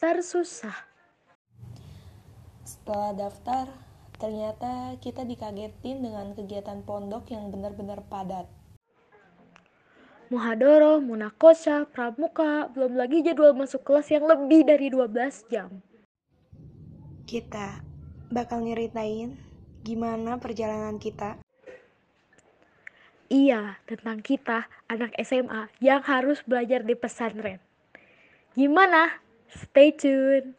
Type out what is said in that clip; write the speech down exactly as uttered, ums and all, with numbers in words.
daftar susah. Setelah daftar, ternyata kita dikagetin dengan kegiatan pondok yang benar-benar padat. Muhadoroh, munakosha, pramuka, belum lagi jadwal masuk kelas yang lebih dari dua belas jam. Kita bakal nyeritain gimana perjalanan kita. Iya, tentang kita, anak S M A yang harus belajar di pesantren. Gimana? Stay tune!